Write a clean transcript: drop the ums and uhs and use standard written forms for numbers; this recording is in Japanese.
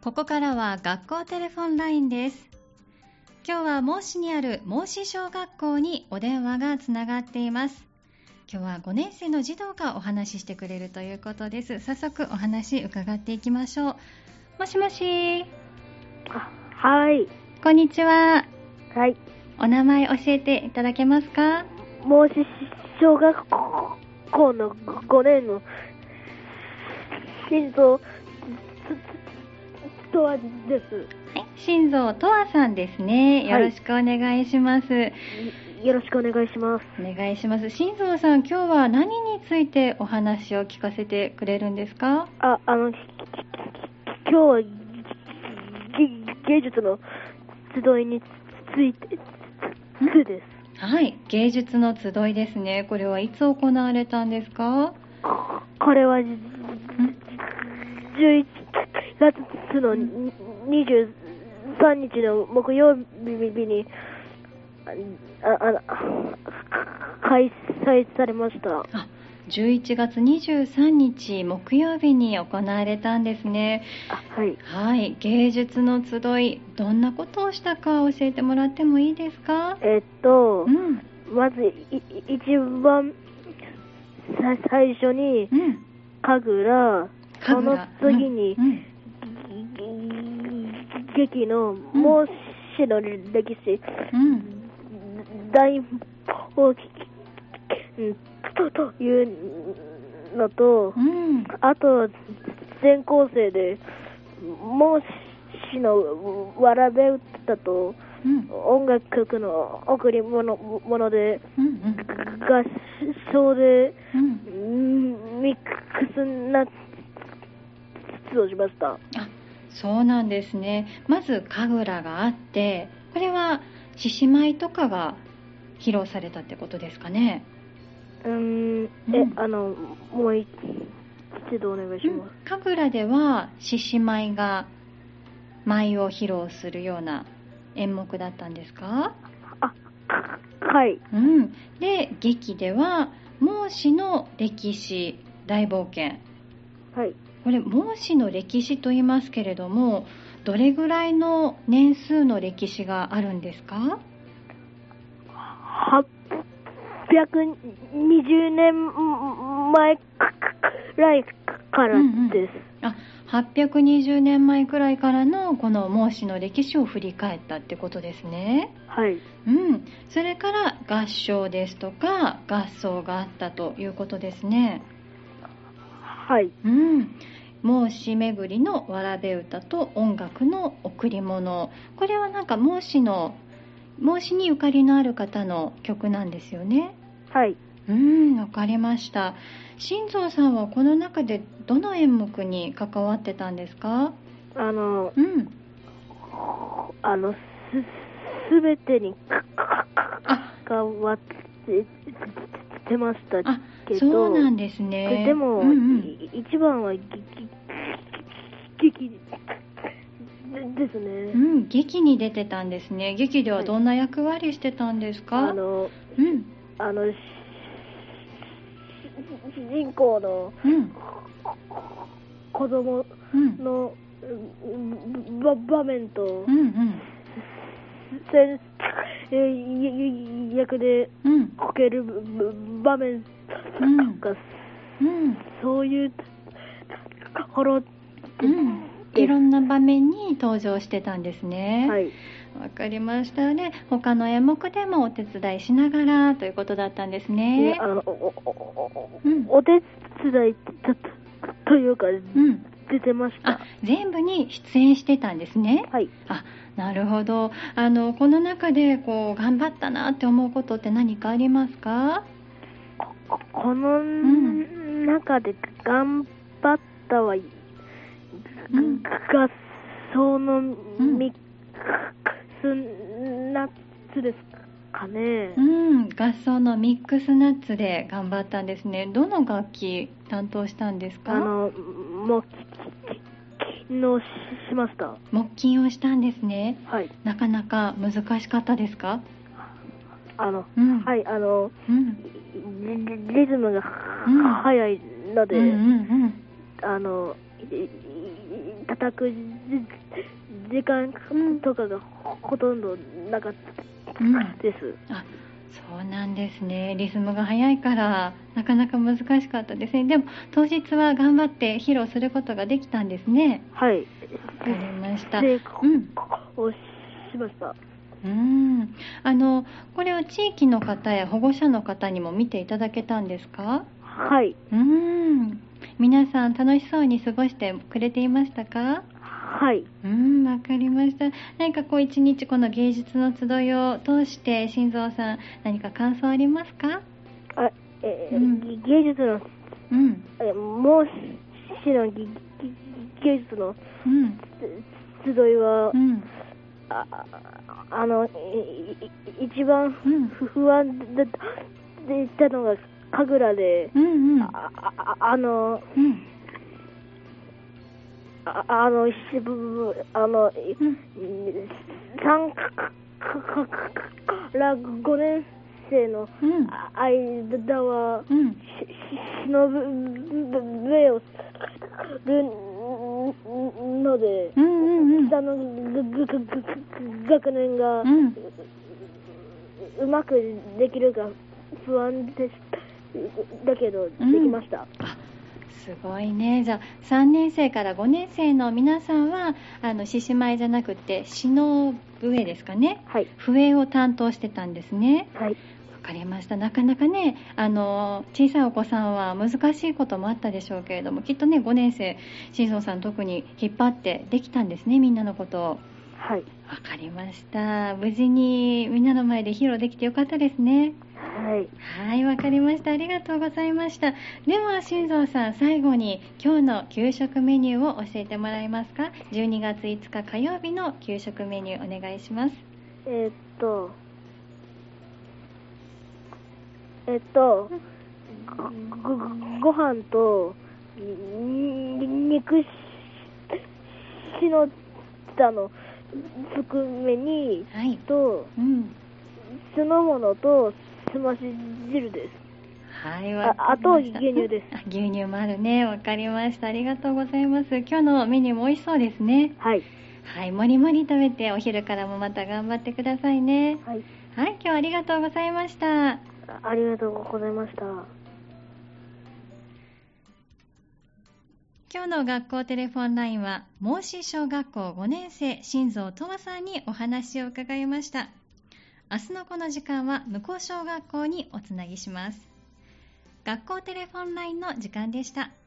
ここからは学校テレフォンラインです。今日は孟子にある孟子小学校にお電話がつながっています。今日は5年生の児童がお話ししてくれるということです。早速お話伺っていきましょう。もしもし。 はい。 こんにちは。 はい。 お名前教えていただけますか？ 孟子小学校の5年の心臓とわです。 心臓とわさんですね。よろしくお願いします。 よろしくお願いします。 お願いします。心臓さん、今日は何についてお話を聞かせてくれるんですか？ 今日は芸術の集いについてです。 はい、芸術の集いですね。これはいつ行われたんですか？ これは11月の23日の木曜日に開催されました。 11月23日木曜日に行われたんですね。 はい。 はい、芸術の集い、どんなことをしたか教えてもらってもいいですか？ まず一番最初に神楽、その次に劇の孟子の歴史、大冒険というのと、あと全校生で孟子のわらべ歌と音楽の贈り物で合唱でミックスナッツをしました。 そうなんですね。まず神楽があって、これは獅子舞とかが披露されたってことですかね？ もう一度お願いします。 神楽では獅子舞が舞を披露するような演目だったんですか？ はい。 で、劇では孟子の歴史大冒険。 はい。 これ孟子の歴史と言いますけれども、どれぐらいの年数の歴史があるんですか ？820年前くらいからです。 820年前くらいからのこの孟子の歴史を振り返ったってことですね。 はい。 それから合唱ですとか合奏があったということですね。 はい。 孟子巡りのわらべ歌と音楽の贈り物。これはなんか孟子にゆかりのある方の曲なんですよね。 はい。 わかりました。心臓さんはこの中でどの演目に関わってたんですか？ すべてに関わってましたけど。 そうなんですね。 でも、一番は劇ですね。 劇に出てたんですね。劇ではどんな役割してたんですか？ 主人公の子供の場面と先生役でこける場面とか、そういうところいろんな場面に登場してたんですね。 はい。 わかりましたね。他の演目でもお手伝いしながらということだったんですね。 お手伝いというか、出てました。 全部に出演してたんですね。 はい。 なるほど。この中で頑張ったなって思うことって何かありますか？ この中で頑張ったは、合奏のミックスナッツですかね。 合奏のミックスナッツで頑張ったんですね。どの楽器担当したんですか？ 木琴をしました。 木琴をしたんですね。 はい。 なかなか難しかったですか？ はい、リズムが速いので、 叩く時間とかがほとんどなかったです。 あ、そうなんですね。リズムが速いからなかなか難しかったですね。でも当日は頑張って披露することができたんですね。 はい。 わかりました。 成功しました。 これを地域の方や保護者の方にも見ていただけたんですか？ はい。 皆さん楽しそうに過ごしてくれていましたか？ はい。 わかりました。何か一日この芸術の集いを通して新蔵さん何か感想ありますか？ 芸術の、孟子の芸術の集いは、一番不安だったのが神楽で、3から5年生の間は、忍ぶ笛をするので、下の学年がうまくできるか不安です。だけど、できました。 すごいね。じゃあ3年生から5年生の皆さんは獅子舞じゃなくて篠笛ですかね。 はい。 笛を担当してたんですね。 はい。 わかりました。なかなかね小さいお子さんは難しいこともあったでしょうけれども、きっとね5年生新蔵さん特に引っ張ってできたんですね、みんなのことを。 はい。 わかりました。無事にみんなの前で披露できてよかったですね。 はい。 はい、わかりました。ありがとうございました。では新蔵さん、最後に今日の給食メニューを教えてもらえますか？12月5日火曜日の給食メニューお願いします。 ご飯と肉しのだのつくめに、と酢の物とすまし汁です。 はい、 あと牛乳です。 牛乳もあるね。わかりました。ありがとうございます。今日のメニューも美味しそうですね。 はい。 はい、もりもり食べてお昼からもまた頑張ってくださいね。 はい。 はい、今日はありがとうございました。 ありがとうございました。 今日の学校テレフォンラインは孟子小学校5年生新蔵とわさんにお話を伺いました。明日のこの時間は向こう小学校におつなぎします。学校テレフォンラインの時間でした。